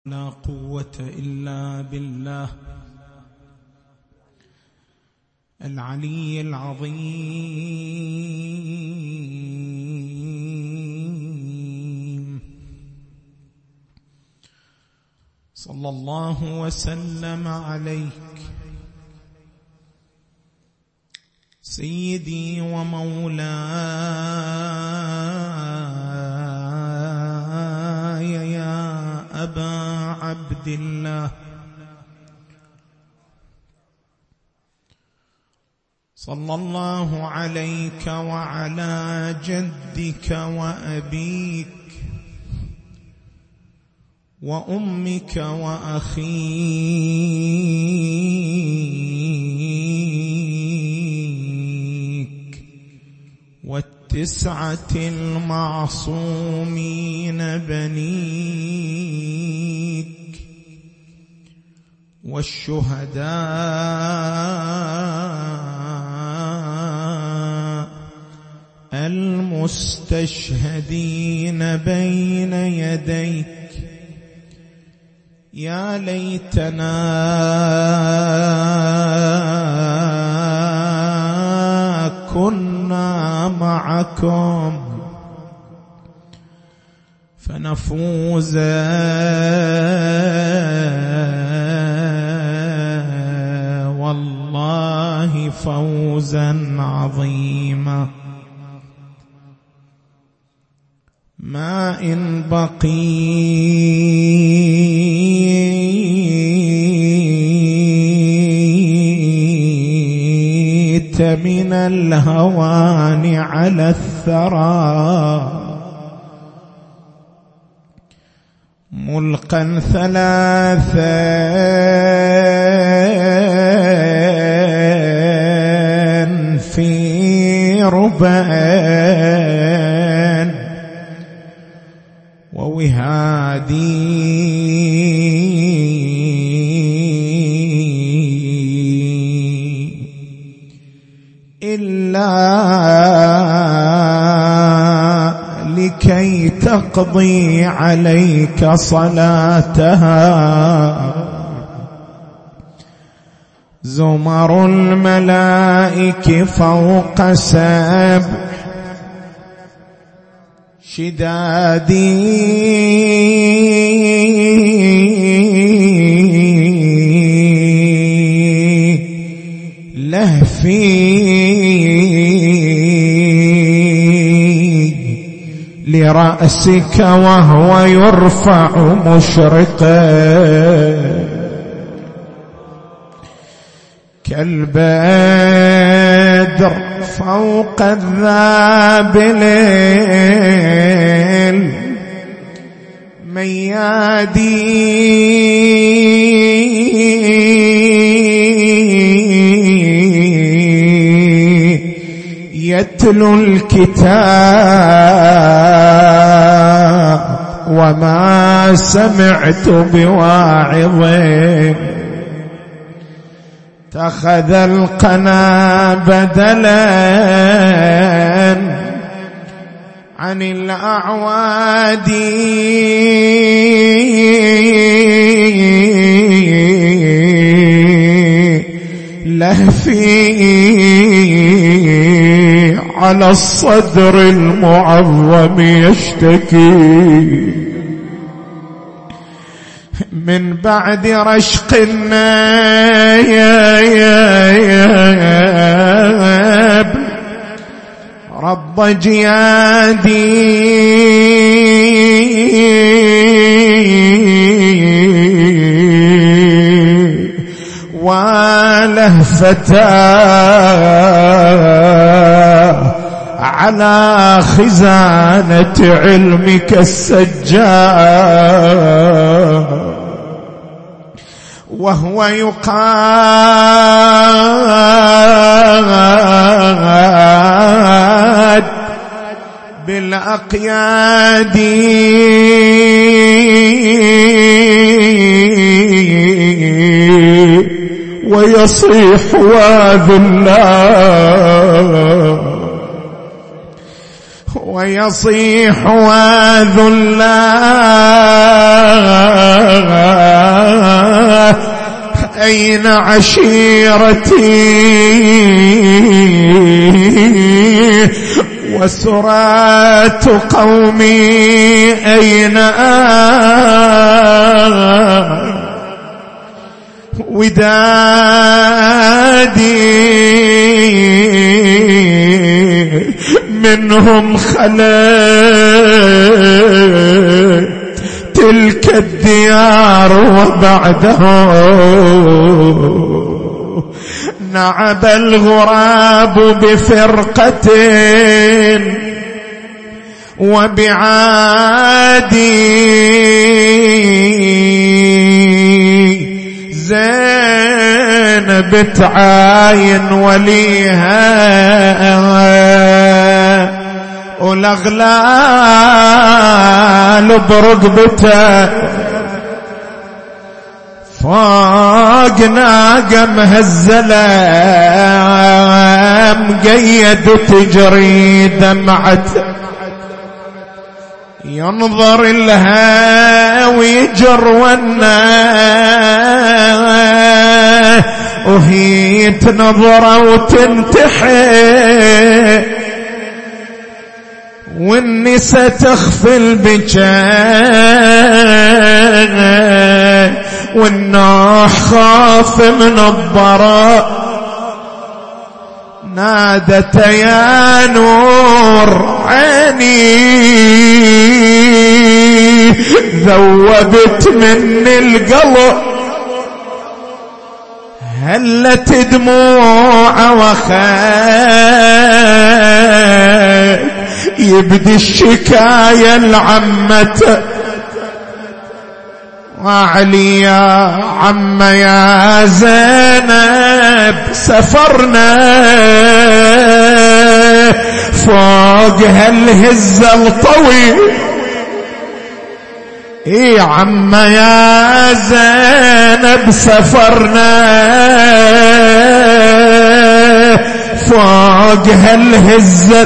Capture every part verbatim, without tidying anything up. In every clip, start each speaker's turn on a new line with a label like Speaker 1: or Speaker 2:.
Speaker 1: لا قوة إلا بالله العلي العظيم. صلى الله وسلم عليك سيدي ومولاي يا أبا عبد الله، صلى الله عليك وعلى جدك وأبيك وأمك وأخيك والتسعة المعصومين بنيك والشهداء المستشهدين بين يديك. يا ليتنا كنا معكم فنفوز والله فوزا عظيما. ما إن بقيت من الهوان على الثرى ملقا ثلاثا في ربان ووهادي إلا لكي تقضي عليك صلاتها زمر الملائك فوق سبع شدادي لهفي لرأسك وهو يرفع مشرقا كالبدر فوق الذابلين ميادي يتلو الكتاب وما سمعت بواعظ اتخذ القنا بدلا عن الأعواد لهفي على الصدر المعظم يشتكي من بعد رشق النايب رب جيادي ولهفتاه على خزانة علمك السجاد وهو يقاد بالأقياد ويصيح وذلا ويصيح وذلا أين عشيرتي وسرات قومي أين ودادي منهم خلت تلك الديار وبعده نعب الغراب بفرقة وبعادي زينب تعاين وليها والأغلال برقبته فوق ناقة مهزلة مقيد تجري دمعته ينظر لها ويجر والنار وهي تنظر وتنتحي والنساء تخفي البكاء والنوح خاف من الضراء نادت يا نور عيني ذوبت من القلب هلت دموع وخاك يبدي الشكاية لعمته وعلي يا عم يا زينب سفرنا فوق هالهزة الطويل اي عم يا زينب سفرنا فوق هالهزة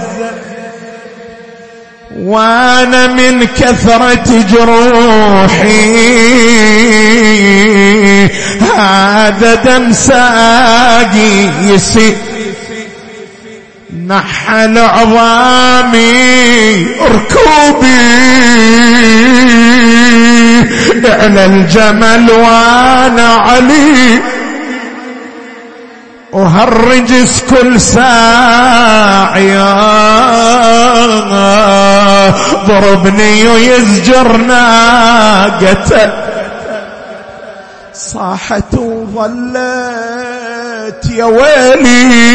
Speaker 1: وانا من كثرة جروحي هذا دم ساقي يسيل نحل عظامي ركوبي على الجمل وانا علي وهالرجس كل ساعة ضربني ويزجر ناقته صاحت وظلت يا ويلي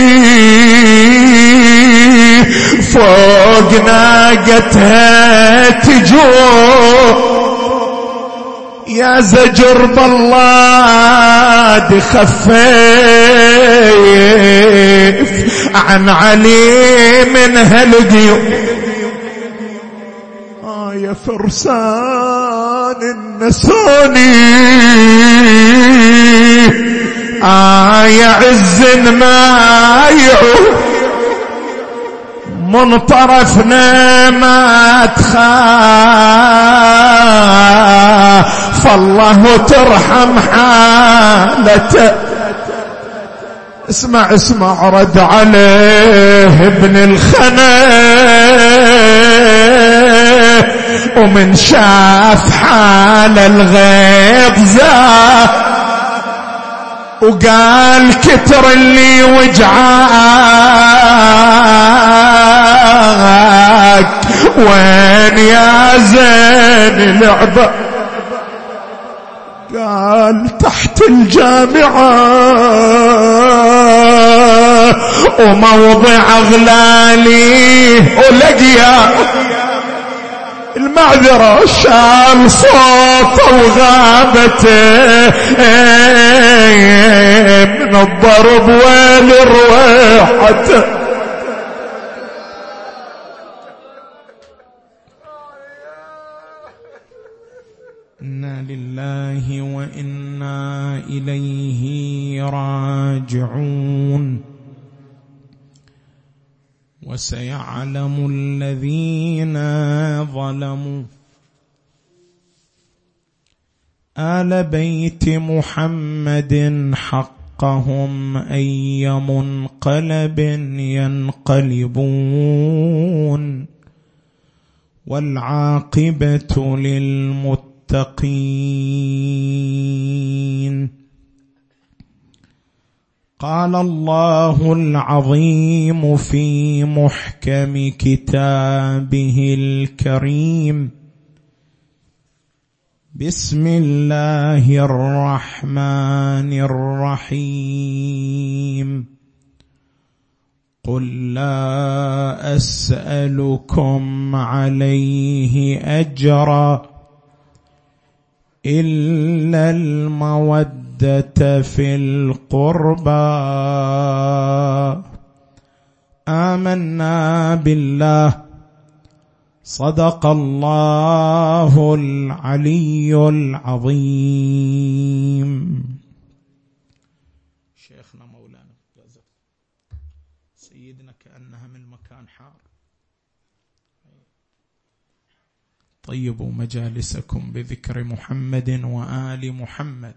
Speaker 1: فوق ناقتها تجوع يا زجر بالله خفيف عن علي من هالقيوم آه يا فرسان النسوني آه يا عز ما يعود من طرفنا ما تخاف فالله ترحم حالته اسمع اسمع رد عليه ابن الخنا ومن شاف حال الغيب زاد وقال كتر اللي وجعاك وين يا زين لعبة قال تحت الجامعة وموضع أغلالي ولقيا المعذرة شال صوته وغابته من الضرب ويل روحته إنا لله وإنا إليه راجعون وسيعلم الذين ظلموا آل بيت محمد حقهم أي منقلب ينقلبون والعاقبة للمتقين. قال الله العظيم في محكم كتابه الكريم: بسم الله الرحمن الرحيم. قل لا أسألكم عليه أجرا إلا المودة في القربى. آمنا بالله صدق الله العلي العظيم. شيخنا مولانا سيدنا كأنها من مكان حار. طيبوا مجالسكم بذكر محمد وآل محمد.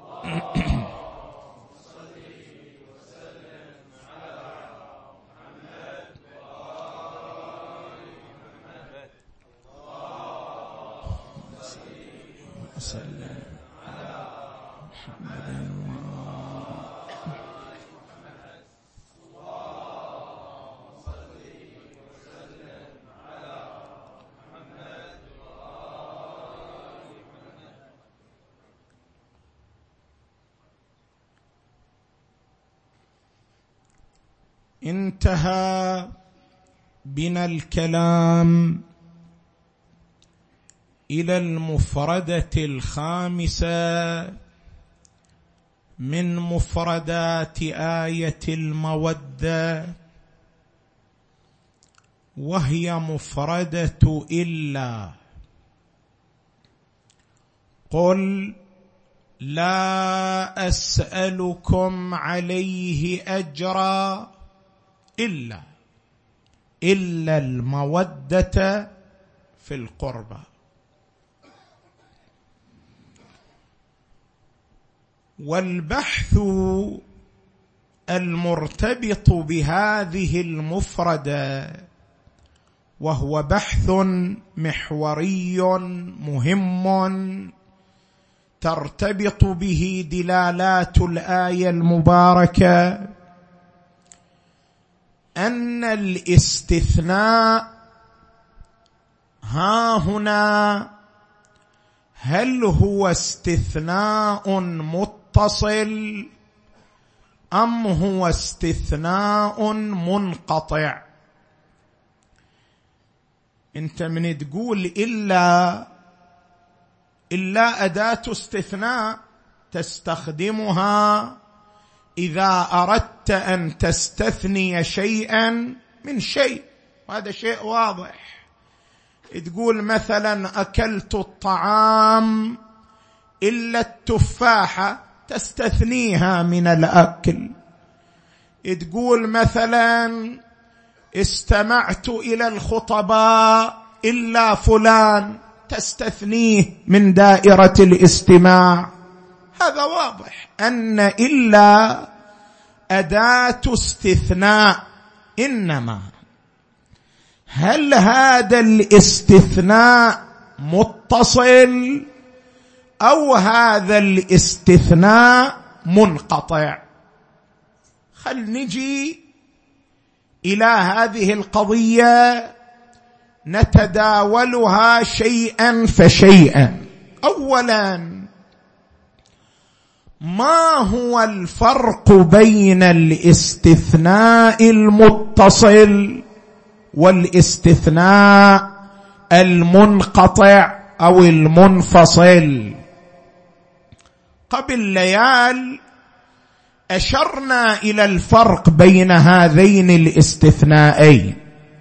Speaker 1: انتهى بنا الكلام إلى المفردة الخامسة من مفردات آية المودة، وهي مفردة إلا. قل لا أسألكم عليه أجرا إلا إلا المودة في القربى. والبحث المرتبط بهذه المفردة وهو بحث محوري مهم ترتبط به دلالات الآية المباركة، أن الاستثناء ها هنا هل هو استثناء متصل أم هو استثناء منقطع؟ انت من تقول إلا إلا أداة استثناء تستخدمها إذا أردت أن تستثني شيئا من شيء، وهذا شيء واضح. تقول مثلا أكلت الطعام إلا التفاحة، تستثنيها من الأكل. تقول مثلا استمعت إلى الخطباء إلا فلان، تستثنيه من دائرة الاستماع. هذا واضح أن إلا أداة استثناء. إنما هل هذا الاستثناء متصل أو هذا الاستثناء منقطع؟ خل نجي إلى هذه القضية نتداولها شيئا فشيئا. أولا، ما هو الفرق بين الاستثناء المتصل والاستثناء المنقطع أو المنفصل؟ قبل ليال أشرنا إلى الفرق بين هذين الاستثناءين،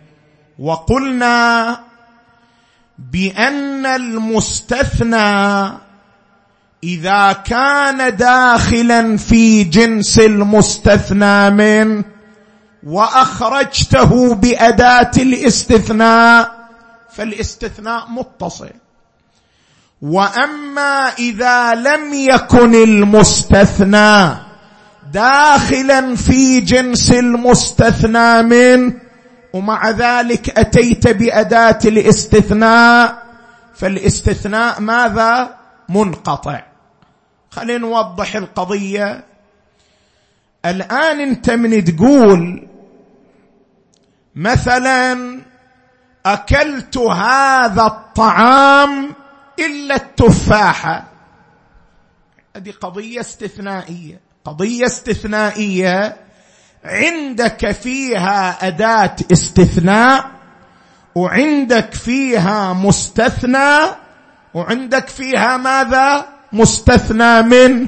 Speaker 1: وقلنا بأن المستثنى إذا كان داخلا في جنس المستثنى منه وأخرجته بأداة الاستثناء فالاستثناء متصل، وأما إذا لم يكن المستثنى داخلا في جنس المستثنى منه ومع ذلك أتيت بأداة الاستثناء، فالاستثناء ماذا؟ منقطع. خلينا نوضح القضية. الآن أنت من تقول مثلا أكلت هذا الطعام إلا التفاحة، هذه قضية استثنائية. قضية استثنائية عندك فيها أداة استثناء، وعندك فيها مستثنى، وعندك فيها ماذا؟ مستثنى منه.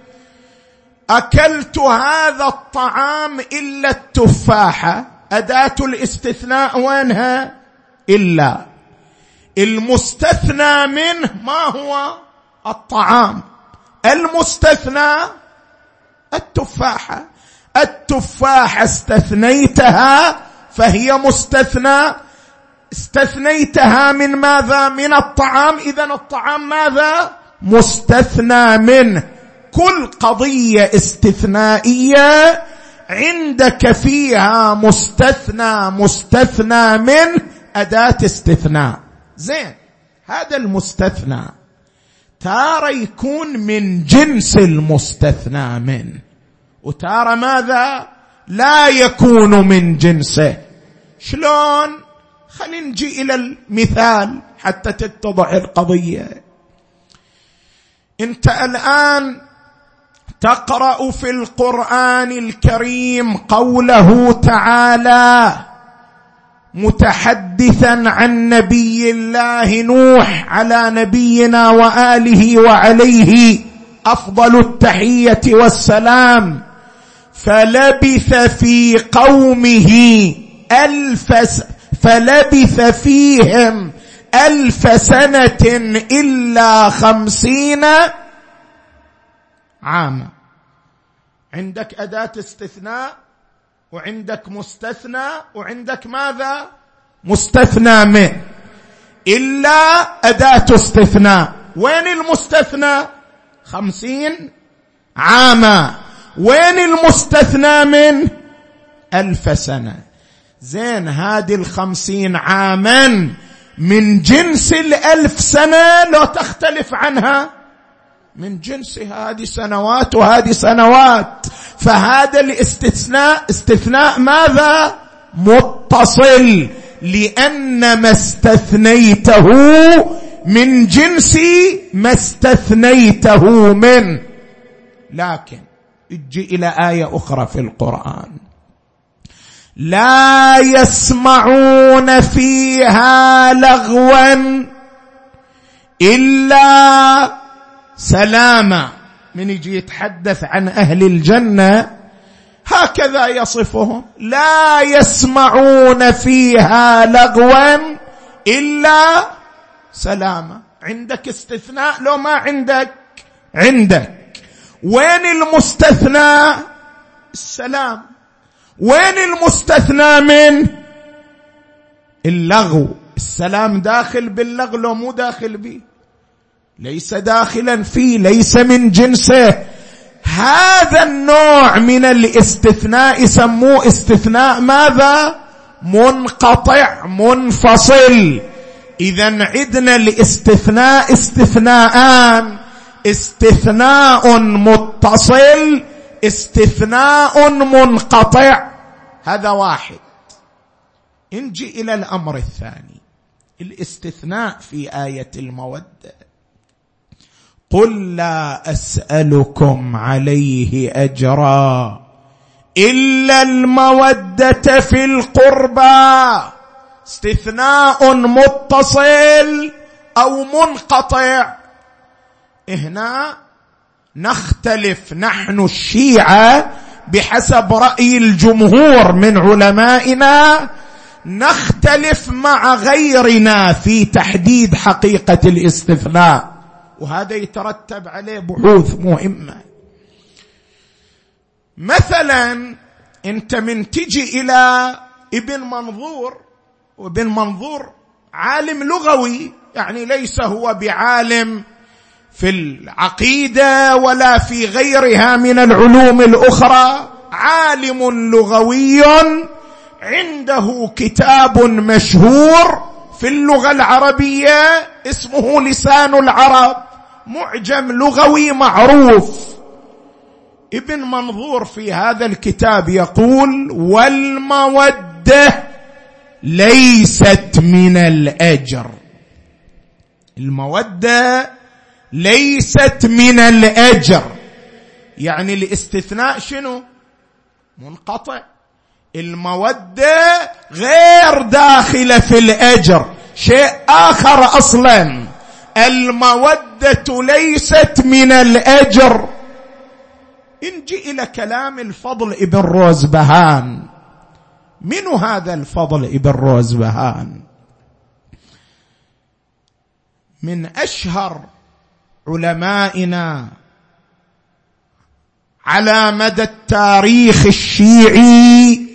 Speaker 1: أكلت هذا الطعام إلا التفاحة، أداة الاستثناء وينها؟ إلا. المستثنى منه ما هو؟ الطعام. المستثنى التفاحة. التفاحة استثنيتها فهي مستثنى، استثنيتها من ماذا؟ من الطعام، إذن الطعام ماذا؟ مستثنى منه. كل قضية استثنائية عندك فيها مستثنى مستثنى منه أداة استثناء. زين، هذا المستثنى تارة يكون من جنس المستثنى منه، وتارة ماذا؟ لا يكون من جنسه. شلون؟ خلينا نجي إلى المثال حتى تتضح القضية. أنت الآن تقرأ في القرآن الكريم قوله تعالى متحدثا عن نبي الله نوح على نبينا وآله وعليه أفضل التحية والسلام، فلبث في قومه ألف فلبث فيهم ألف سنة إلا خمسين عاما. عندك أداة استثناء، وعندك مستثنى، وعندك ماذا؟ مستثنى منه. إلا أداة استثناء. وين المستثنى؟ خمسين عاما. وين المستثنى من؟ ألف سنة. زين، هذه الخمسين عاما من جنس الألف سنة لو تختلف عنها؟ من جنسها، هذه سنوات وهذه سنوات. فهذا الاستثناء استثناء ماذا؟ متصل، لأن ما استثنيته من جنس ما استثنيته منه. لكن اجي إلى آية أخرى في القرآن: لا يسمعون فيها لغوا إلا سلاما. من يجي يتحدث عن أهل الجنة هكذا يصفهم: لا يسمعون فيها لغوا إلا سلاما. عندك استثناء لو ما عندك؟ عندك. وين المستثنى؟ السلام. وين المستثنى من؟ اللغو. السلام داخل باللغو لو مو داخل به؟ ليس داخلا فيه، ليس من جنسه. هذا النوع من الاستثناء يسموه استثناء ماذا؟ منقطع منفصل. إذن عندنا الاستثناء استثناءان: استثناء متصل، استثناء منقطع. هذا واحد. نجي إلى الأمر الثاني، الاستثناء في آية المودة: قل لا أسألكم عليه أجرا إلا المودة في القربى. استثناء متصل أو منقطع. هنا نختلف نحن الشيعة بحسب رأي الجمهور من علمائنا، نختلف مع غيرنا في تحديد حقيقة الاستثناء، وهذا يترتب عليه بحوث مهمة. مثلا انت من تجي الى ابن منظور، وابن منظور عالم لغوي يعني ليس هو بعالم في العقيدة ولا في غيرها من العلوم الأخرى، عالم لغوي عنده كتاب مشهور في اللغة العربية اسمه لسان العرب، معجم لغوي معروف. ابن منظور في هذا الكتاب يقول: والمودة ليست من الأجر. المودة ليست من الأجر، يعني الاستثناء شنو؟ منقطع. المودة غير داخلة في الأجر، شيء آخر أصلا. المودة ليست من الأجر. نجي إلى كلام الفضل ابن روزبهان. من هذا الفضل ابن روزبهان؟ من أشهر علمائنا على مدى التاريخ الشيعي،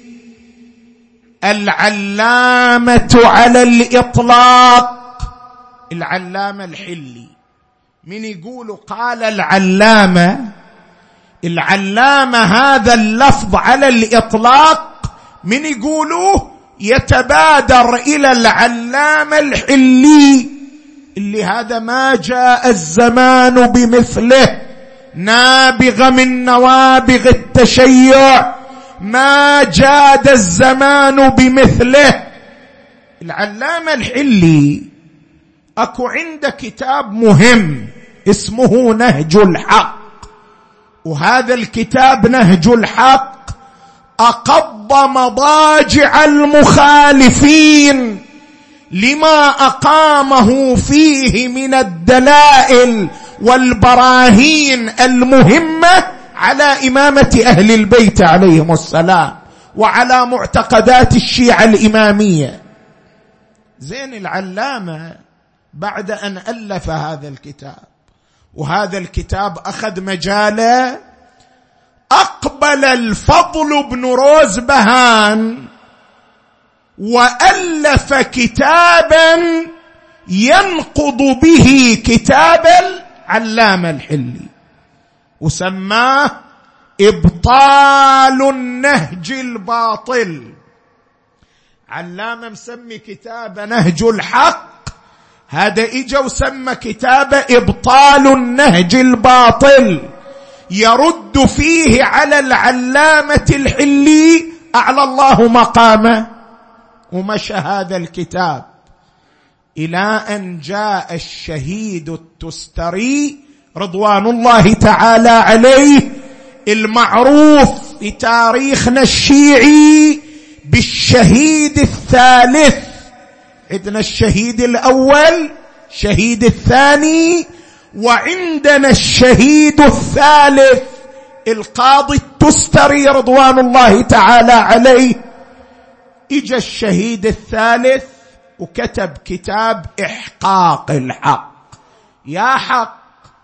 Speaker 1: العلامة على الإطلاق العلامة الحلي. من يقول قال العلامة، العلامة هذا اللفظ على الإطلاق من يقولوه يتبادر إلى العلامة الحلي، اللي هذا ما جاء الزمان بمثله، نابغة من نوابغ التشيع، ما جاد الزمان بمثله. العلامة الحلي أكو عنده كتاب مهم اسمه نهج الحق، وهذا الكتاب نهج الحق أقض مضاجع المخالفين لما أقامه فيه من الدلائل والبراهين المهمة على إمامة أهل البيت عليهم السلام وعلى معتقدات الشيعة الإمامية. زين العلامة بعد أن ألف هذا الكتاب، وهذا الكتاب أخذ مجاله، أقبل الفضل بن روزبهان وألف كتابا ينقض به كتاب العلامة الحلي، وسماه إبطال النهج الباطل. علامة مسمي كتاب نهج الحق، هذا إجا وسمى كتاب إبطال النهج الباطل، يرد فيه على العلامة الحلي أعلى الله مقامه. ومشى هذا الكتاب إلى أن جاء الشهيد التستري رضوان الله تعالى عليه، المعروف في تاريخنا الشيعي بالشهيد الثالث. عندنا الشهيد الأول، الشهيد الثاني، وعندنا الشهيد الثالث القاضي التستري رضوان الله تعالى عليه. اجى الشهيد الثالث وكتب كتاب إحقاق الحق. يا حق،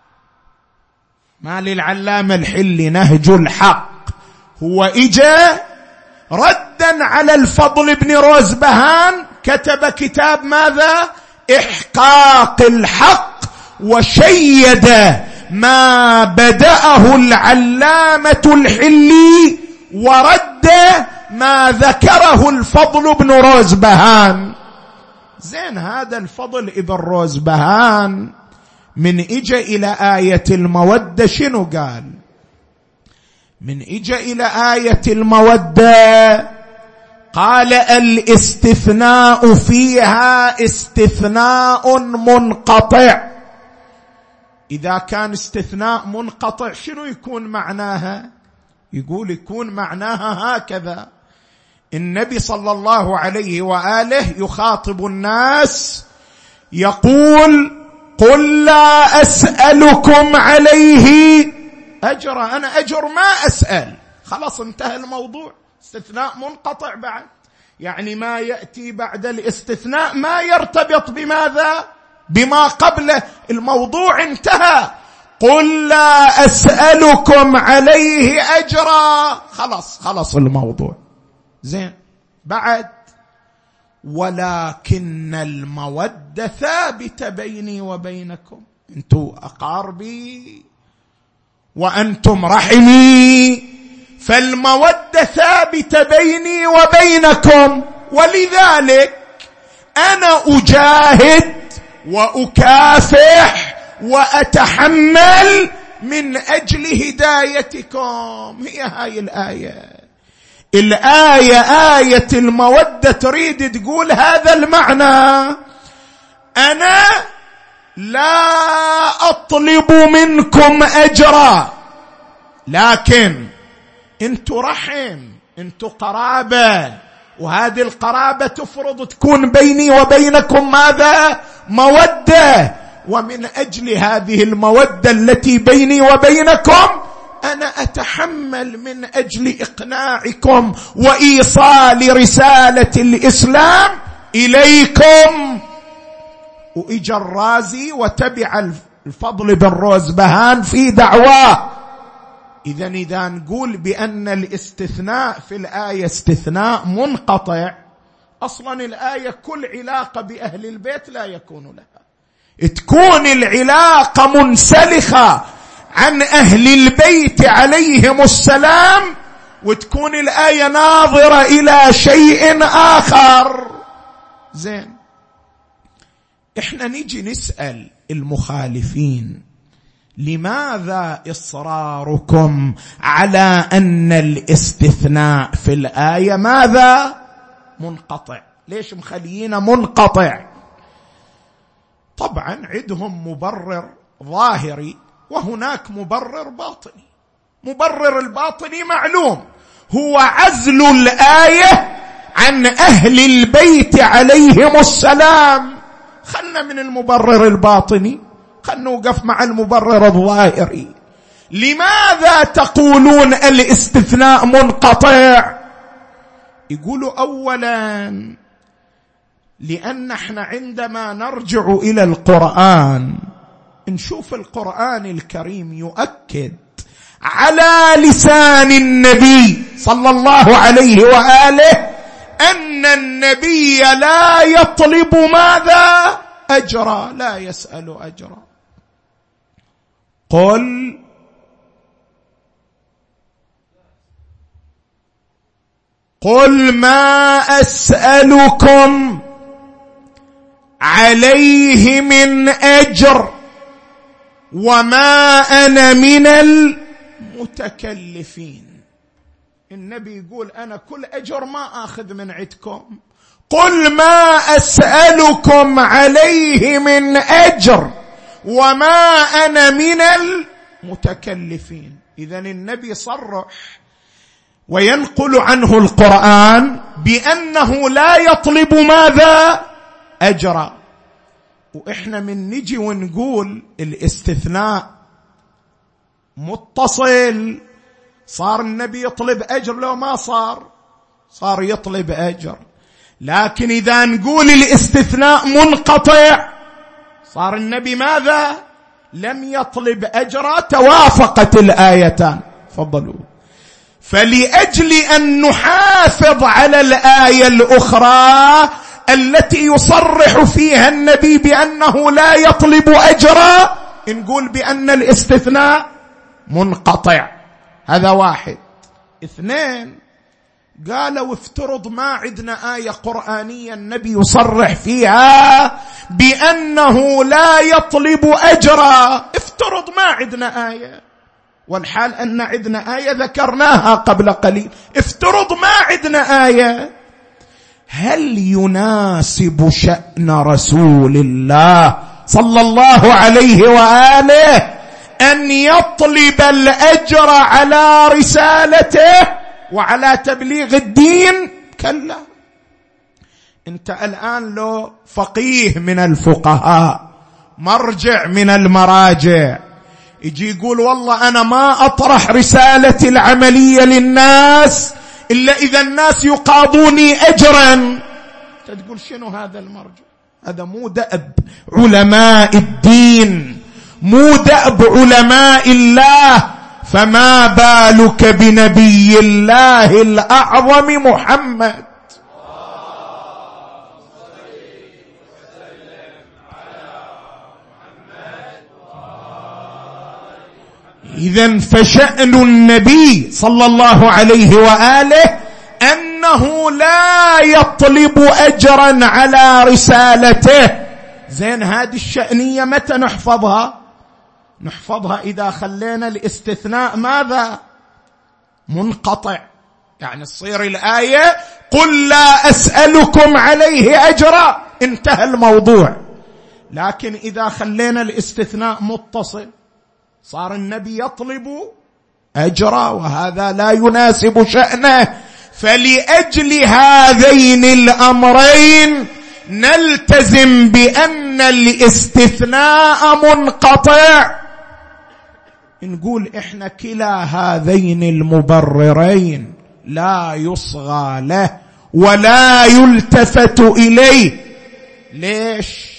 Speaker 1: ما للعلامة الحلي نهج الحق. هو اجى ردا على الفضل بن روزبهان، كتب كتاب ماذا؟ إحقاق الحق، وشيد ما بدأه العلامة الحلي ورد ما ذكره الفضل بن روزبهان. زين هذا الفضل ابن روزبهان من اجى الى آية المودة شنو قال؟ من اجى الى آية المودة قال: الاستثناء فيها استثناء منقطع. إذا كان استثناء منقطع شنو يكون معناها؟ يقول يكون معناها هكذا: النبي صلى الله عليه وآله يخاطب الناس يقول: قل لا أسألكم عليه أجرا، أنا أجر ما أسأل. خلاص انتهى الموضوع. استثناء منقطع بعد، يعني ما يأتي بعد الاستثناء ما يرتبط بماذا؟ بما قبله. الموضوع انتهى. قل لا أسألكم عليه أجرا، خلاص خلاص الموضوع. زين بعد
Speaker 2: ولكن المودة ثابتة بيني وبينكم، أنتم أقاربي وأنتم رحمي، فالمودة ثابتة بيني وبينكم، ولذلك أنا أجاهد وأكافح وأتحمل من أجل هدايتكم. هي هاي الآية. الآية آية المودة تريد تقول هذا المعنى. أنا لا أطلب منكم أجرا، لكن أنتوا رحم، أنتوا قرابة، وهذه القرابة تفرض تكون بيني وبينكم ماذا؟ مودة. ومن أجل هذه المودة التي بيني وبينكم أنا أتحمل من أجل إقناعكم وإيصال رسالة الإسلام إليكم. وإجا الرازي وتبع الفضل بن روزبهان في دعواه. إذن إذا نقول بأن الاستثناء في الآية استثناء منقطع، أصلا الآية كل علاقة بأهل البيت لا يكون لها، تكون العلاقة منسلخة عن أهل البيت عليهم السلام، وتكون الآية ناظرة إلى شيء آخر. زين، إحنا نيجي نسأل المخالفين لماذا إصراركم على أن الاستثناء في الآية ماذا؟ منقطع. ليش مخليين منقطع؟ طبعا عندهم مبرر ظاهري وهناك مبرر باطني. مبرر الباطني معلوم، هو عزل الآية عن أهل البيت عليهم السلام. خلنا من المبرر الباطني، خلنا نوقف مع المبرر الظاهري. لماذا تقولون الاستثناء منقطع؟ يقولوا أولا لأن احنا عندما نرجع إلى القرآن نشوف القرآن الكريم يؤكد على لسان النبي صلى الله عليه وآله أن النبي لا يطلب ماذا؟ أجرا، لا يسأل أجرا. قل قل ما أسألكم عليه من أجر وما أنا من المتكلفين. النبي يقول أنا كل أجر ما أخذ من عندكم. قل ما أسألكم عليه من أجر وما أنا من المتكلفين. إذن النبي صرح وينقل عنه القرآن بأنه لا يطلب ماذا؟ أجرا. وإحنا من نجي ونقول الاستثناء متصل، صار النبي يطلب أجر لو ما صار صار يطلب أجر. لكن إذا نقول الاستثناء منقطع صار النبي ماذا؟ لم يطلب أجرا، توافقت الآيتان. فضلوا. فلأجل أن نحافظ على الآية الأخرى التي يصرح فيها النبي بأنه لا يطلب أجرا نقول بأن الاستثناء منقطع. هذا واحد. اثنين، قالوا افترض ما عندنا آية قرآنية النبي يصرح فيها بأنه لا يطلب أجرا. افترض ما عندنا آية، والحال أن عندنا آية ذكرناها قبل قليل. افترض ما عندنا آية، هل يناسب شأن رسول الله صلى الله عليه وآله أن يطلب الأجر على رسالته وعلى تبليغ الدين؟ كلا. انت الآن لو فقيه من الفقهاء، مرجع من المراجع، يجي يقول والله أنا ما أطرح رسالتي العملية للناس إلا إذا الناس يقاضوني أجرا، تقول شنو هذا المرجع؟ هذا مو دأب علماء الدين، مو دأب علماء الله. فما بالك بنبي الله الأعظم محمد إذن فشأن النبي صلى الله عليه وآله أنه لا يطلب أجرا على رسالته. زين، هذه الشأنية متى نحفظها؟ نحفظها إذا خلينا الاستثناء ماذا؟ منقطع. يعني تصير الآية قل لا أسألكم عليه أجرا، انتهى الموضوع. لكن إذا خلينا الاستثناء متصل صار النبي يطلب أجرا، وهذا لا يناسب شأنه. فلأجل هذين الأمرين نلتزم بأن الاستثناء منقطع. نقول إحنا كلا هذين المبررين لا يصغى له ولا يلتفت إليه. ليش؟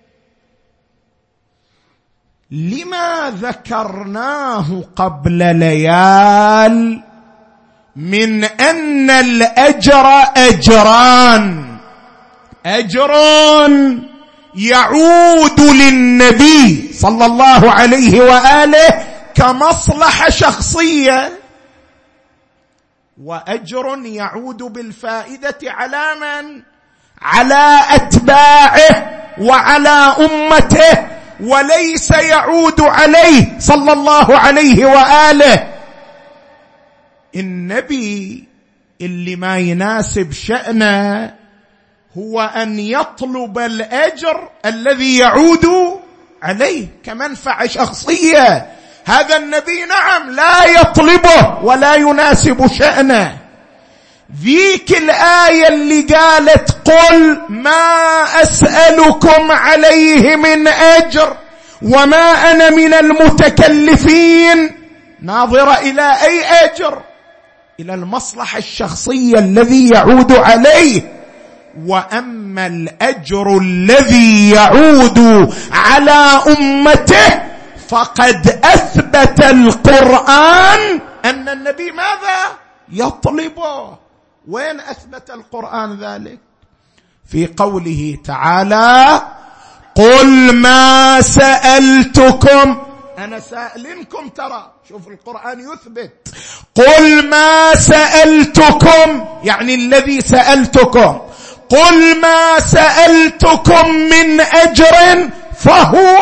Speaker 2: لما ذكرناه قبل ليال من أن الأجر أجران، أجر يعود للنبي صلى الله عليه وآله كمصلحة شخصية، وأجر يعود بالفائدة على من؟ على أتباعه وعلى أمته، وليس يعود عليه صلى الله عليه وآله. النبي اللي ما يناسب شأنه هو أن يطلب الأجر الذي يعود عليه كمنفعة شخصية. هذا النبي نعم لا يطلبه ولا يناسب شأنه. ذيك الآية اللي قالت قل ما أسألكم عليه من أجر وما أنا من المتكلفين، ناظرة إلى أي أجر؟ إلى المصلحة الشخصية الذي يعود عليه. وأما الأجر الذي يعود على أمته فقد أثبت القرآن أن النبي ماذا يطلبه. وين أثبت القرآن ذلك؟ في قوله تعالى قل ما سألتكم، أنا سائلكم، ترى شوف القرآن يثبت، قل ما سألتكم يعني الذي سألتكم، قل ما سألتكم من أجر فهو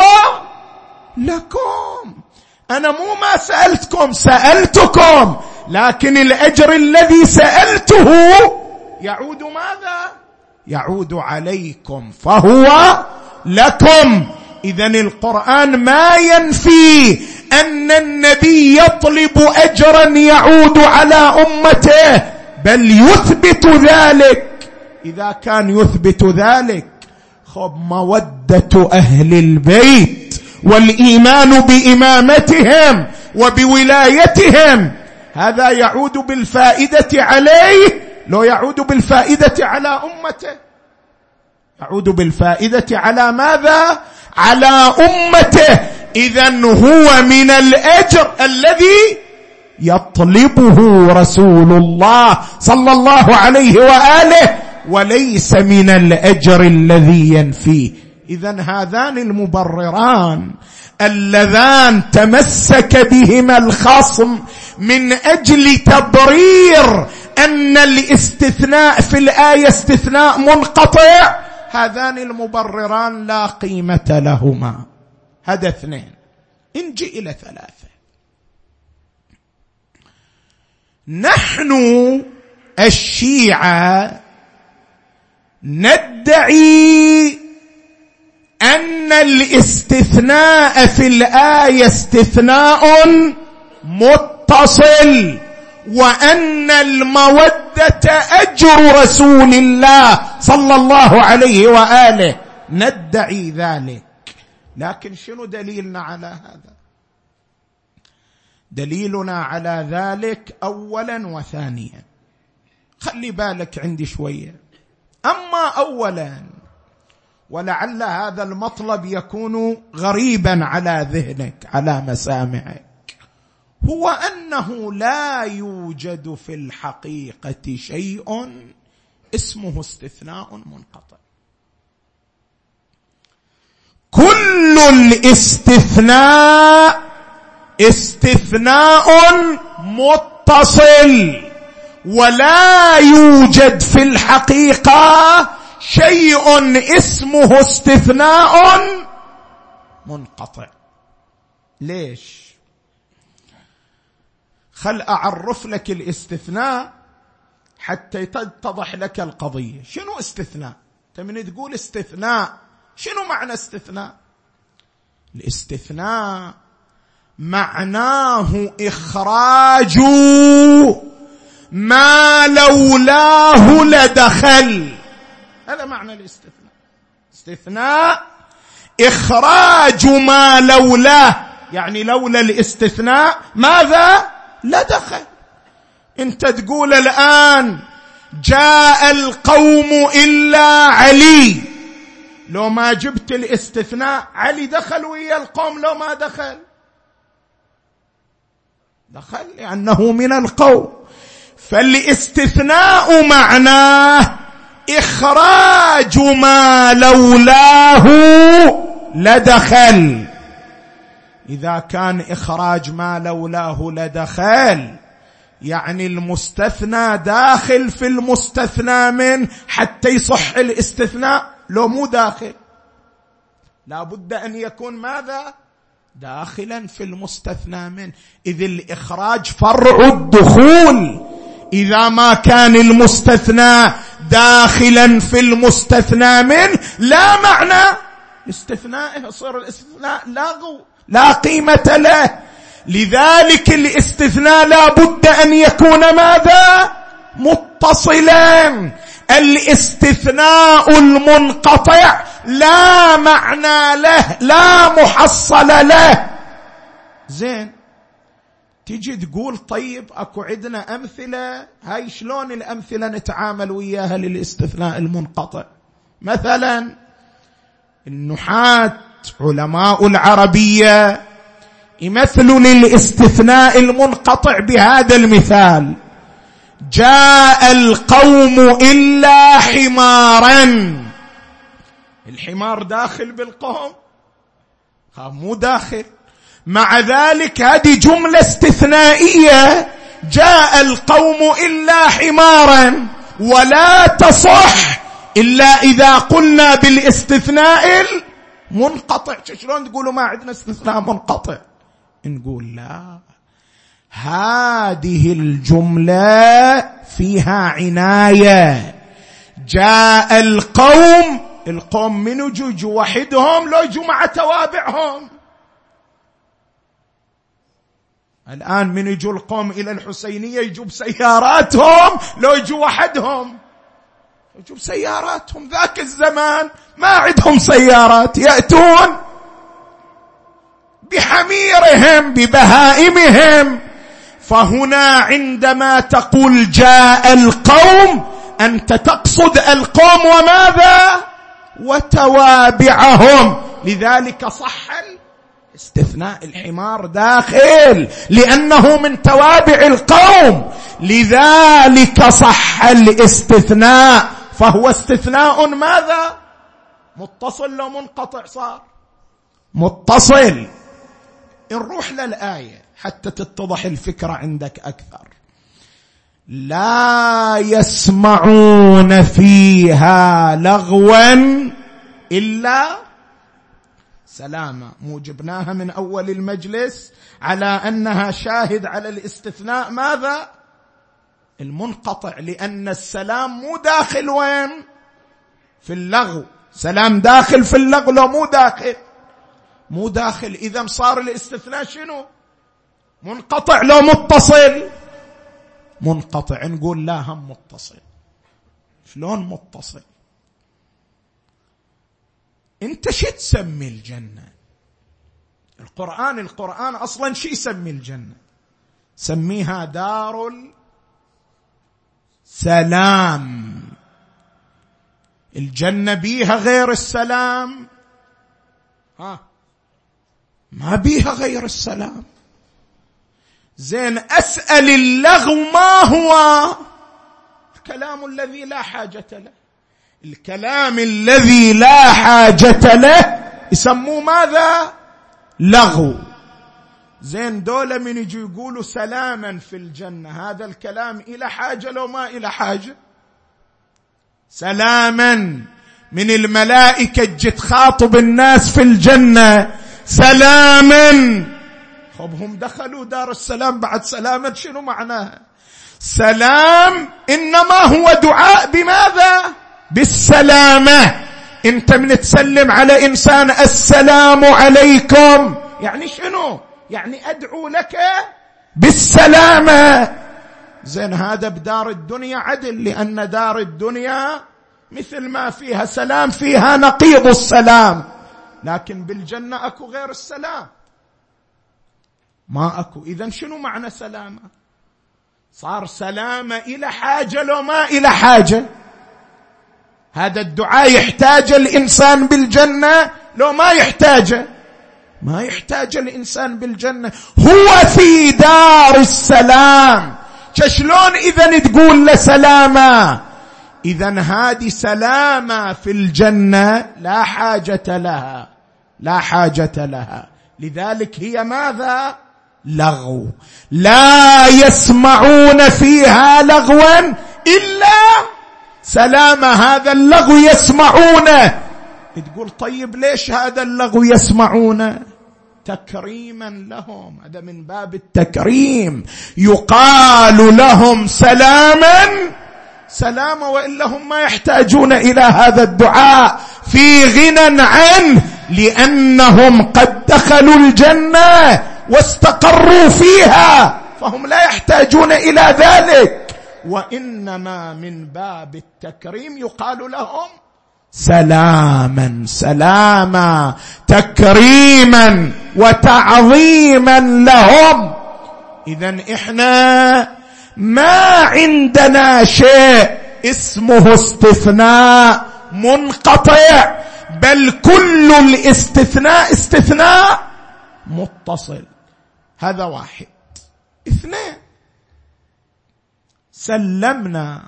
Speaker 2: لكم. أنا مو ما سألتكم، سألتكم، لكن الأجر الذي سألته يعود ماذا؟ يعود عليكم فهو لكم. إذن القرآن ما ينفي أن النبي يطلب أجرا يعود على أمته، بل يثبت ذلك. إذا كان يثبت ذلك خب مودة أهل البيت والإيمان بإمامتهم وبولايتهم هذا يعود بالفائدة عليه، لو يعود بالفائدة على أمته، يعود بالفائدة على ماذا؟ على أمته. إذن هو من الأجر الذي يطلبه رسول الله صلى الله عليه وآله، وليس من الأجر الذي ينفيه. إذن هذان المبرران اللذان تمسك بهما الخصم من أجل تبرير أن الاستثناء في الآية استثناء منقطع، هذان المبرران لا قيمة لهما. هذا اثنين. نجي إلى ثلاثة. نحن الشيعة ندعي أن الاستثناء في الآية استثناء متصل، وأن المودة أجر رسول الله صلى الله عليه وآله، ندعي ذلك. لكن شنو دليلنا على هذا؟ دليلنا على ذلك أولا وثانيا. خلي بالك عندي شوية. أما أولا، ولعل هذا المطلب يكون غريبا على ذهنك على مسامعك، هو أنه لا يوجد في الحقيقة شيء اسمه استثناء منقطع. كل الاستثناء استثناء متصل، ولا يوجد في الحقيقة شيء اسمه استثناء منقطع. ليش؟ خل أعرف لك الاستثناء حتى تتضح لك القضية. شنو استثناء؟ انت من تقول استثناء شنو معنى استثناء؟ الاستثناء معناه إخراج ما لولاه لدخل. هذا معنى الاستثناء. استثناء إخراج ما لولاه، يعني لولا الاستثناء ماذا؟ لا دخل. انت تقول الآن جاء القوم إلا علي، لو ما جبت الاستثناء علي دخل ويا القوم لو ما دخل؟ دخل لأنه من القوم. فالاستثناء معناه إخراج ما لولاه لدخل. إذا كان إخراج ما لولاه لدخل يعني المستثنى داخل في المستثنى من حتى يصح الاستثناء، لو مو داخل لا بد أن يكون ماذا؟ داخلا في المستثنى من. إذ الإخراج فرع الدخول. إذا ما كان المستثنى داخلا في المستثنى من لا معنى استثنائه، صار الاستثناء لغو لا قيمة له. لذلك الاستثناء لا بد أن يكون ماذا؟ متصلا. الاستثناء المنقطع لا معنى له، لا محصل له. زين، تيجي تقول طيب اكو عندنا امثله، هاي شلون الامثله نتعامل وياها للاستثناء المنقطع؟ مثلا النحاة علماء العربيه يمثلوا للاستثناء المنقطع بهذا المثال: جاء القوم إلا حمارا. الحمار داخل بالقوم؟ مو داخل. مع ذلك هذه جملة استثنائية، جاء القوم إلا حمارا، ولا تصح إلا إذا قلنا بالاستثناء المنقطع. شلون تقولوا ما عندنا استثناء منقطع؟ نقول لا، هذه الجملة فيها عناية. جاء القوم، القوم من يجوا وحدهم لو يجوا مع توابعهم؟ الآن من يجوا القوم إلى الحسينية يجوا بسياراتهم لو يجوا وحدهم؟ يجوا بسياراتهم. ذاك الزمان ما عندهم سيارات، يأتون بحميرهم ببهائمهم. فهنا عندما تقول جاء القوم أنت تقصد القوم وماذا؟ وتوابعهم. لذلك صح الاستثناء. الحمار داخل لأنه من توابع القوم، لذلك صح الاستثناء. فهو استثناء ماذا؟ متصل لو منقطع صار متصل. نروح للآية حتى تتضح الفكرة عندك أكثر. لا يسمعون فيها لغوا إلا سلامة. مو جبناها من أول المجلس على أنها شاهد على الاستثناء ماذا؟ المنقطع، لأن السلام مو داخل وين؟ في اللغو. سلام داخل في اللغو لو مو داخل؟ مو داخل. إذا صار الاستثناء شنو؟ منقطع لو متصل؟ منقطع. نقول لا، هم متصل. شلون متصل؟ انت شو تسمي الجنة؟ القرآن القرآن أصلا شو يسمي الجنة؟ سميها دار السلام. الجنة بيها غير السلام؟ ها، ما بيها غير السلام. زين، أسأل اللغو ما هو؟ الكلام الذي لا حاجة له. الكلام الذي لا حاجة له يسموه ماذا؟ لغو. زين دولة من يجي يقولوا سلاما في الجنة، هذا الكلام إلى حاجة لو ما إلى حاجة؟ سلاما من الملائكة تجي تخاطب الناس في الجنة سلاما. خب هم دخلوا دار السلام بعد سلاما شنو معناها؟ سلام إنما هو دعاء بماذا؟ بالسلامة. انت من تسلم على إنسان السلام عليكم يعني شنو؟ يعني أدعو لك بالسلامة. زين هذا بدار الدنيا عدل، لأن دار الدنيا مثل ما فيها سلام فيها نقيض السلام، لكن بالجنة أكو غير السلام ما أكو. إذن شنو معنى سلامة؟ صار سلامة إلى حاجة لو ما إلى حاجة. هذا الدعاء يحتاج الإنسان بالجنة لو ما يحتاجه؟ ما يحتاج الإنسان بالجنة، هو في دار السلام. شلون إذن تقول لسلامة؟ إذن هذه سلامة في الجنة لا حاجة لها، لا حاجة لها. لذلك هي ماذا؟ لغو، لا يسمعون فيها لغوا إلا سلامة. هذا اللغو يسمعونه. تقول طيب ليش هذا اللغو يسمعونه؟ تكريما لهم، هذا من باب التكريم. يقال لهم سلاما سلاما، وإلا هم ما يحتاجون إلى هذا الدعاء في غنى عنه، لأنهم قد دخلوا الجنة واستقروا فيها، فهم لا يحتاجون إلى ذلك. وإنما من باب التكريم يقال لهم سلاما سلاما، تكريما وتعظيما لهم. إذن إحنا ما عندنا شيء اسمه استثناء منقطع، بل كل الاستثناء استثناء متصل. هذا واحد. اثنين، سلمنا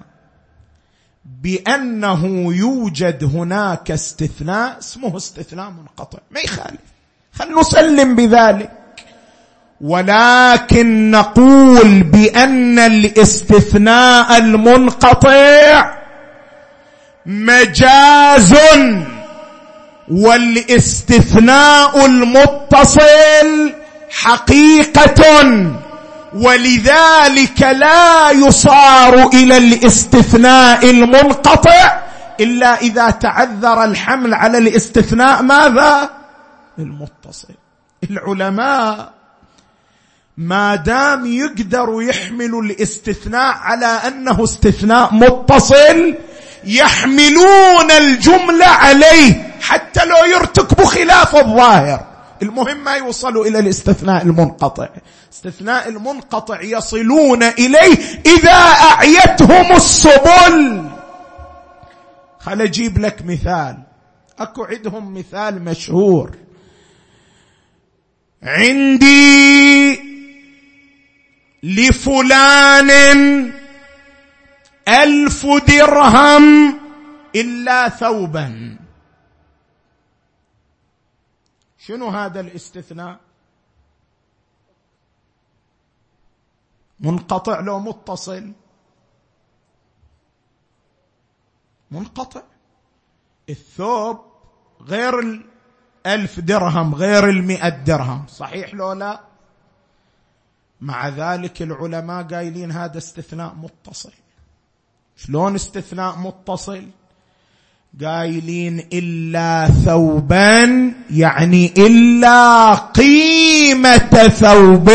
Speaker 2: بأنه يوجد هناك استثناء اسمه استثناء منقطع، ما يخالف، خلنا نسلم بذلك، ولكن نقول بأن الاستثناء المنقطع مجاز، والاستثناء المتصل حقيقة، ولذلك لا يصار إلى الاستثناء المنقطع إلا إذا تعذر الحمل على الاستثناء ماذا؟ المتصل. العلماء ما دام يقدروا يحملوا الاستثناء على أنه استثناء متصل يحملون الجملة عليه حتى لو يرتكبوا خلاف الظاهر، المهم ما يوصلوا إلى الاستثناء المنقطع. استثناء المنقطع يصلون إليه إذا أعيتهم السبل. خل أجيب لك مثال، أكو عندهم مثال مشهور، عندي لفلان ألف درهم إلا ثوبا. شنو هذا الاستثناء؟ منقطع لو متصل؟ منقطع. الثوب غير الألف درهم، غير المئة درهم، صحيح لو لا؟ مع ذلك العلماء قايلين هذا استثناء متصل. شلون استثناء متصل؟ قايلين إلا ثوبا، يعني إلا قيمة ثوب.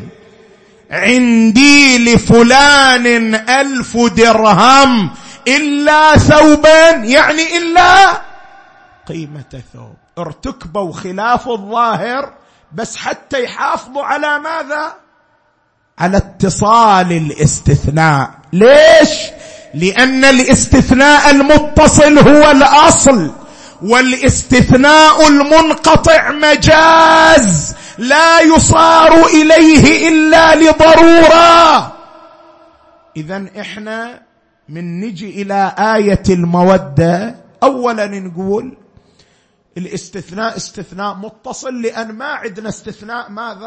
Speaker 2: عندي لفلان ألف درهم إلا ثوبا، يعني إلا قيمة ثوب. ارتكبوا خلاف الظاهر بس حتى يحافظوا على ماذا؟ على اتصال الاستثناء. ليش؟ لأن الاستثناء المتصل هو الأصل، والاستثناء المنقطع مجاز لا يصار إليه إلا لضرورة. إذن إحنا من نجي إلى آية المودة أولا نقول الاستثناء استثناء متصل، لأن ما عندنا استثناء ماذا؟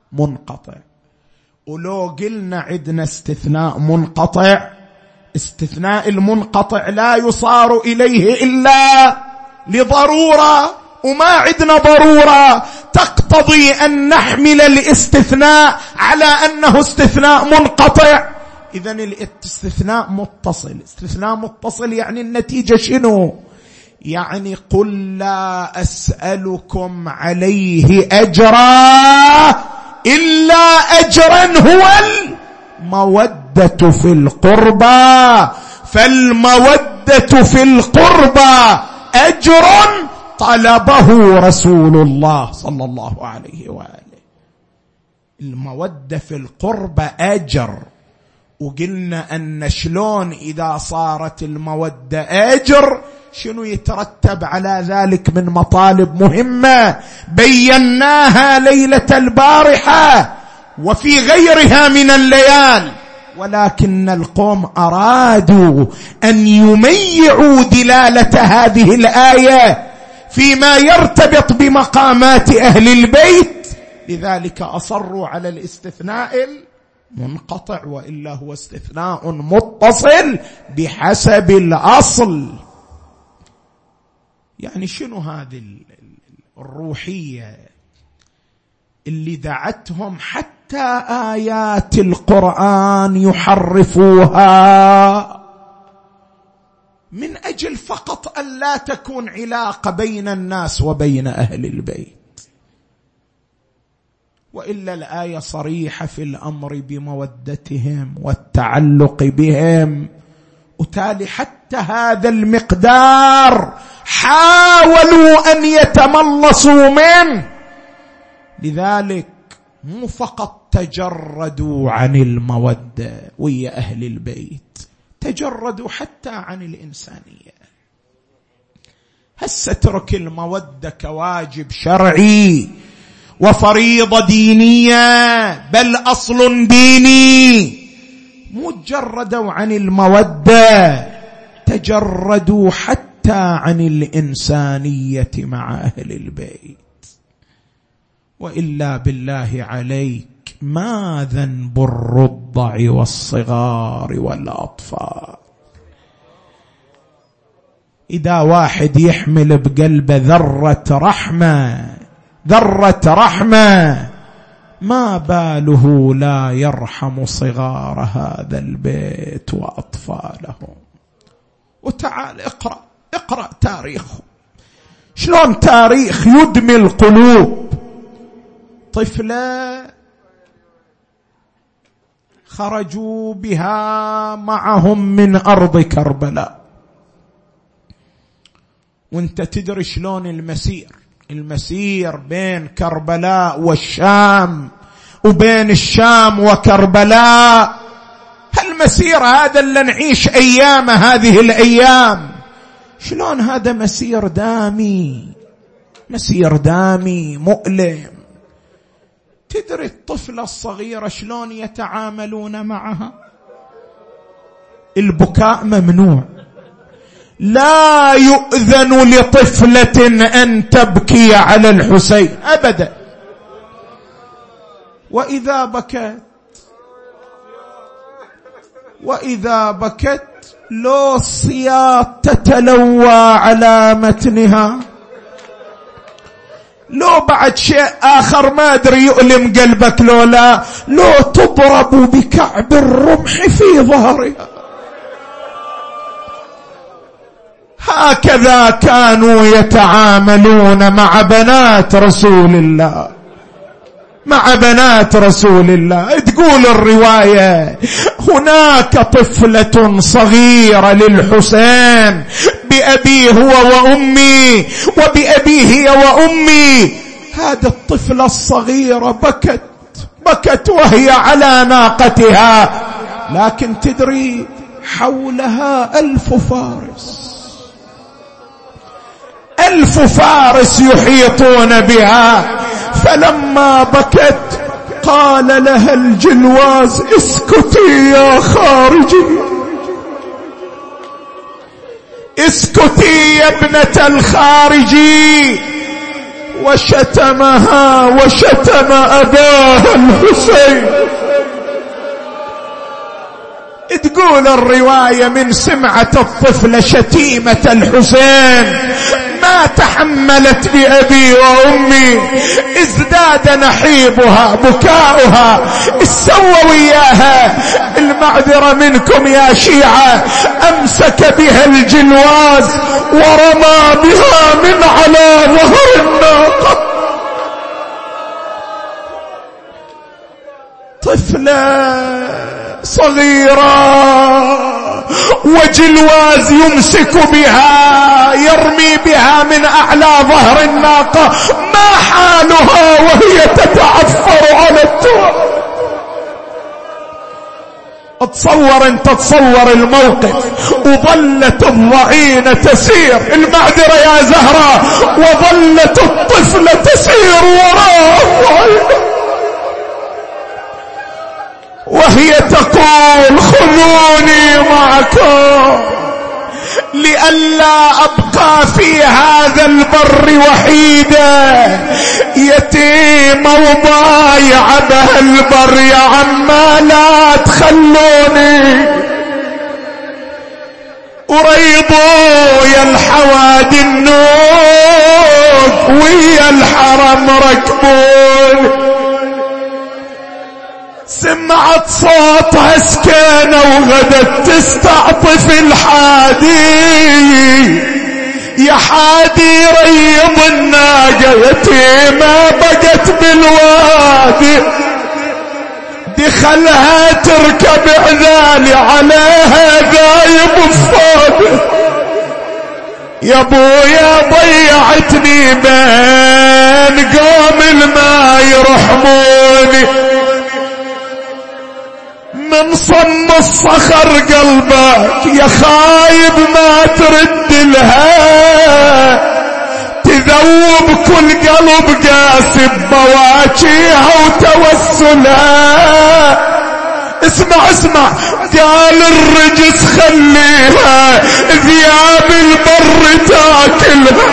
Speaker 2: منقطع. ولو قلنا عندنا استثناء منقطع، استثناء المنقطع لا يصار إليه إلا لضرورة، وما عندنا ضرورة تقتضي أن نحمل الاستثناء على أنه استثناء منقطع. إذن الاستثناء متصل. استثناء متصل يعني النتيجة شنو؟ يعني قل لا أسألكم عليه أجرا إلا أجرا هو المودة في القربى، فالمودة في القربى أجر طلبه رسول الله صلى الله عليه وآله. المودة في القربى أجر، وقلنا أن شلون إذا صارت المودة أجر شنو يترتب على ذلك من مطالب مهمة بيناها ليلة البارحة وفي غيرها من الليال. ولكن القوم أرادوا أن يميعوا دلالة هذه الآية فيما يرتبط بمقامات أهل البيت، لذلك أصروا على الاستثناء المنقطع، وإلا هو استثناء متصل بحسب الأصل. يعني شنو هذه الروحية اللي دعتهم حتى آيات القرآن يحرفوها من أجل فقط أن لا تكون علاقة بين الناس وبين أهل البيت، وإلا الآية صريحة في الأمر بمودتهم والتعلق بهم، وتالي حتى هذا المقدار حاولوا أن يتملصوا منه. لذلك مو فقط تجردوا عن المودة ويا أهل البيت، تجردوا حتى عن الإنسانية. هسه ترك المودة كواجب شرعي وفريضة دينية بل أصل ديني، مو تجردوا عن المودة، تجردوا حتى عن الإنسانية مع أهل البيت. وإلا بالله عليك ما ذنب الرضع والصغار والأطفال؟ إذا واحد يحمل بقلبه ذرة رحمة ذرة رحمة، ما باله لا يرحم صغار هذا البيت وأطفالهم. وتعال اقرأ اقرأ تاريخهم، شلون تاريخ يدمي القلوب. طفلة خرجوا بها معهم من أرض كربلاء، وانت تدري شلون المسير المسير بين كربلاء والشام وبين الشام وكربلاء، هالمسير هذا اللي نعيش أيام هذه الأيام، شلون هذا مسير دامي مسير دامي مؤلم. تدري الطفلة الصغيرة شلون يتعاملون معها؟ البكاء ممنوع، لا يؤذن لطفلة أن تبكي على الحسين أبدا. وإذا بكت وإذا بكت لو الصياط تتلوى على متنها، لو بعد شيء آخر ما أدري يؤلم قلبك، لو لا لو تضرب بكعب الرمح في ظهرها. هكذا كانوا يتعاملون مع بنات رسول الله مع بنات رسول الله. تقول الرواية هناك طفلة صغيرة للحسين بأبيه هو وأمي وبأبيه هي وأمي، هذه الطفلة الصغيرة بكت بكت وهي على ناقتها، لكن تدري حولها ألف فارس ألف فارس يحيطون بها. فلما بكت قال لها الجلواز اسكتي يا خارجي، اسكتي يا ابنة الخارجي. وشتمها وشتم أباها الحسين. تقول الرواية من سمعة الطفلة شتيمة الحسين ما تحملت بأبي وأمي، ازداد نحيبها بكاؤها. سووا وياها المعذرة منكم يا شيعة. أمسك بها الجلواز ورمى بها من على ظهر الناقة. طفلة صغيرة وجلواز يمسك بها يرمي بها من أعلى ظهر الناقة. ما حالها وهي تتعفر على التراب؟ اتصور انت، تصور الموقف. وظلت الضعينة تسير، المعذرة يا زهرة، وظلت الطفلة تسير وراء وهي تقول خذوني معكم لئلا أبقى في هذا البر وحيدة يتيمة وضايعة بهالبر، يا عما لا تخلوني. وريضوا يا الحوادي النوق ويا الحرم ركبون. سمعت صوتها سكينة وغدت تستعطف الحادي. يا حادي ريض الناقة يتيمة بقت بالوادي. دخلها تركب عذالي عليها ذايب الصادق. يا ابويا ضيعتني بين قوم الماء يرحموني. من صم الصخر قلبك يا خايب ما ترد لها. تذوب كل قلب قاسي بواجيها وتوسلها. اسمع اسمع، قال الرجس خليها ذياب البر تاكلها.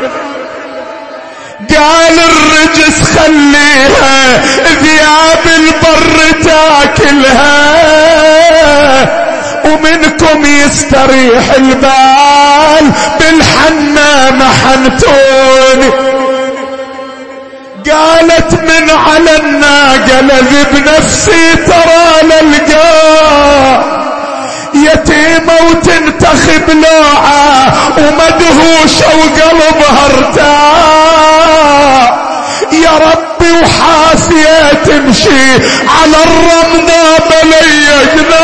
Speaker 2: قال الرجس خليها ذياب البر تاكلها. ومنكم يستريح البال بالحنة محنتوني. قالت من على الناقة لذي بنفسي ترى للقاه. يتيمة وتنتخب لوعة ومدهوشة وقلبها ارتاح. يا ربي وحافية تمشي على الرمضة بليقنا.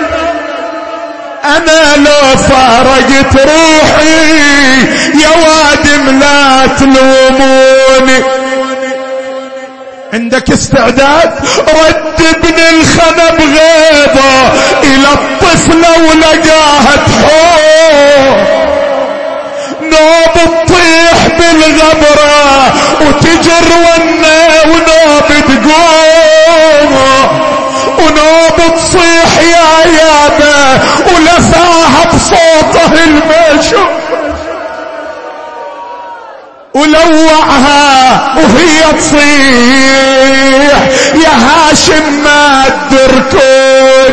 Speaker 2: انا لو فارقت روحي يا وادم لا تلوموني. عندك استعداد؟ رد ابن الخنب غيظه الى الطفلة ولقاها تحوم. نوب تطيح بالغبرة وتجر ونا ونوب تقوم. ونوب تصيح يا يابا ولفاها بصوته المشوم. ولوعها وهي تصيح يا هاشم ما تدركون.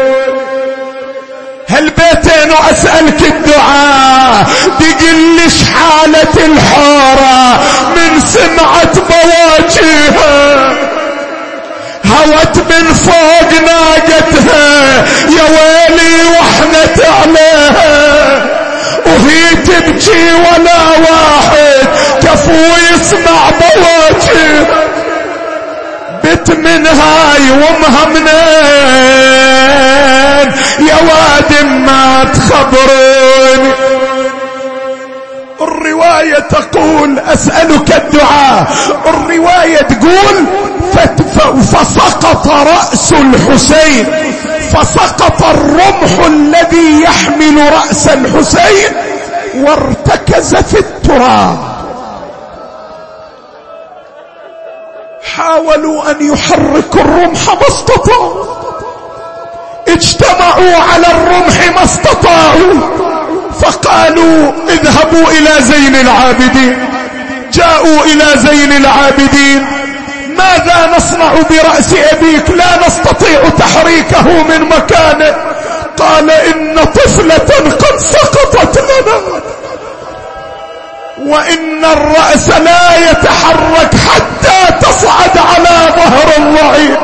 Speaker 2: هالبيتين واسألك الدعاء تقلش حالة الحورة من سمعة بواجيها. هوت من فوق ناقتها يا ويلي وحنت عليها. وهي تبكي ولا واحد كفو يسمع بواجيها. بت من هاي وامها منين يا وادم ما تخبروني. الرواية تقول أسألك الدعاء. الرواية تقول فسقط رأس الحسين، فسقط الرمح الذي يحمل رأس الحسين وارتكز في التراب. حاولوا أن يحركوا الرمح ما استطاعوا. اجتمعوا على الرمح ما استطاعوا. فقالوا اذهبوا إلى زين العابدين جاءوا إلى زين العابدين: ماذا نصنع برأس أبيك؟ لا نستطيع تحريكه من مكانه. قال: إن طفلة قد سقطت لنا، وإن الرأس لا يتحرك حتى تصعد على ظهر الضعيف.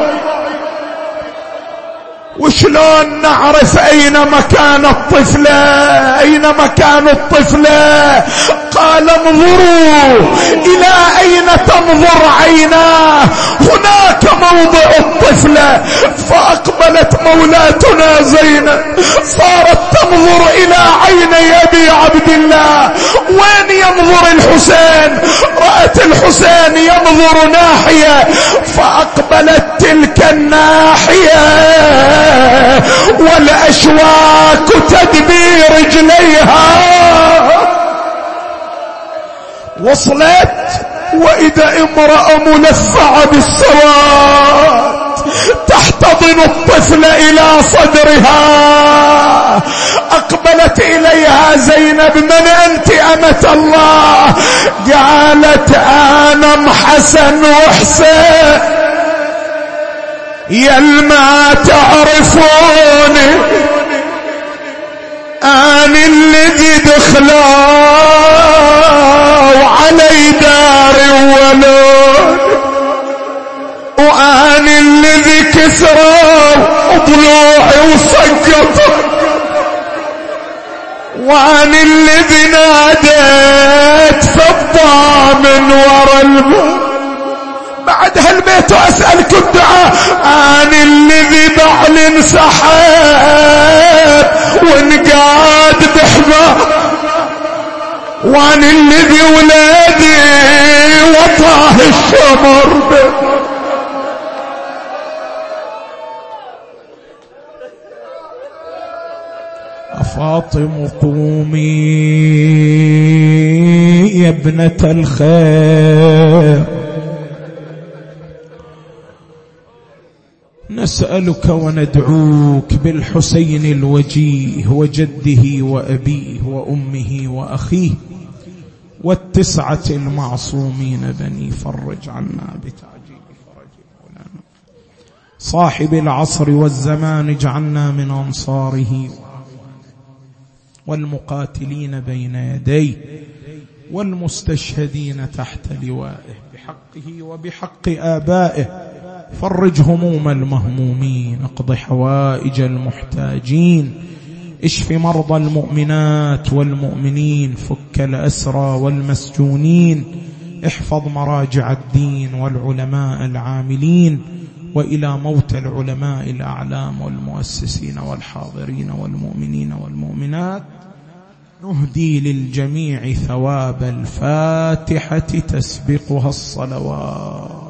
Speaker 2: وشلون نعرف أين مكان الطفلة؟ أين مكان الطفلة؟ قال: انظروا إلى أين تنظر عيناه، هناك موضع الطفلة. فأقبلت مولاتنا زينب صارت تنظر إلى عيني أبي عبد الله. وين ينظر الحسين؟ رأت الحسين ينظر ناحية، فأقبلت تلك الناحية والأشواك تدبي رجليها. وصلت وإذا امرأة ملفعة بالسواد تحتضن الطفل إلى صدرها. أقبلت إليها زينب: من أنت أمة الله؟ قالت: أنا أم حسن وحسين، يل ما تعرفوني، أنا الذي دخلوا وعلي داري وولون، وأنا الذي كسروا ضلوعي وسقطوا، وأنا الذي ناديت فضة من ورا الباب. بعد هالبيت وأسألك الدعاء: أنا الذي بعل انسحب وانقاد بحباب، وأنا الذي ولادي وطاه الشمر به. فاطم قومي يا ابنة الخير، نسألك وندعوك بالحسين الوجيه وجده وأبيه وأمه وأخيه والتسعة المعصومين بني. فرج عنا بتعجيل فرج مولانا صاحب العصر والزمان، اجعلنا من أنصاره والمقاتلين بين يديه والمستشهدين تحت لوائه بحقه وبحق آبائه. فرج هموم المهمومين، اقض حوائج المحتاجين، اشف مرضى المؤمنات والمؤمنين، فك الأسرى والمسجونين، احفظ مراجع الدين والعلماء العاملين، وإلى موت العلماء الأعلام والمؤسسين والحاضرين والمؤمنين والمؤمنات نهدي للجميع ثواب الفاتحة تسبقها الصلوات.